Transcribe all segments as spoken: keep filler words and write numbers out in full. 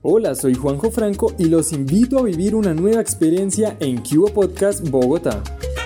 Hola, soy Juanjo Franco y los invito a vivir una nueva experiencia en Cubo Podcast Bogotá.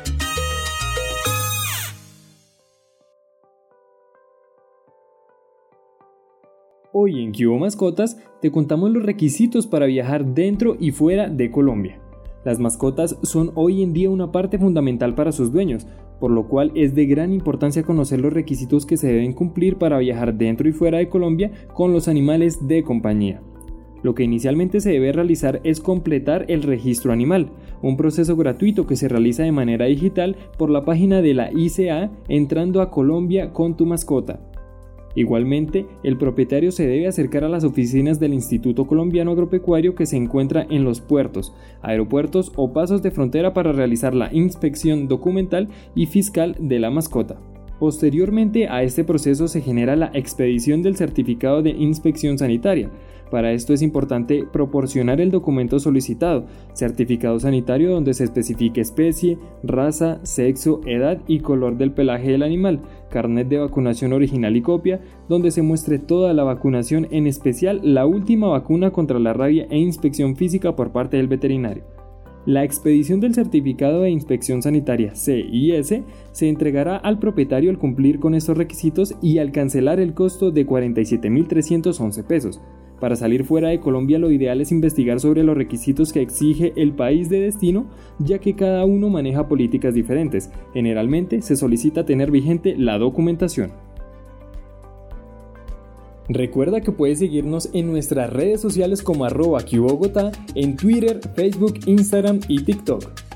Hoy en Cubo Mascotas te contamos los requisitos para viajar dentro y fuera de Colombia. Las mascotas son hoy en día una parte fundamental para sus dueños, por lo cual es de gran importancia conocer los requisitos que se deben cumplir para viajar dentro y fuera de Colombia con los animales de compañía. Lo que inicialmente se debe realizar es completar el registro animal, un proceso gratuito que se realiza de manera digital por la página de la I C A entrando a Colombia con tu mascota. Igualmente, el propietario se debe acercar a las oficinas del Instituto Colombiano Agropecuario que se encuentra en los puertos, aeropuertos o pasos de frontera para realizar la inspección documental y fiscal de la mascota. Posteriormente a este proceso se genera la expedición del certificado de inspección sanitaria. Para esto es importante proporcionar el documento solicitado, certificado sanitario donde se especifique especie, raza, sexo, edad y color del pelaje del animal, carnet de vacunación original y copia, donde se muestre toda la vacunación, en especial la última vacuna contra la rabia e inspección física por parte del veterinario. La expedición del certificado de inspección sanitaria C I S se entregará al propietario al cumplir con estos requisitos y al cancelar el costo de cuarenta y siete mil trescientos once pesos. Para salir fuera de Colombia lo ideal es investigar sobre los requisitos que exige el país de destino, ya que cada uno maneja políticas diferentes. Generalmente se solicita tener vigente la documentación. Recuerda que puedes seguirnos en nuestras redes sociales como arroba Q Bogotá en Twitter, Facebook, Instagram y TikTok.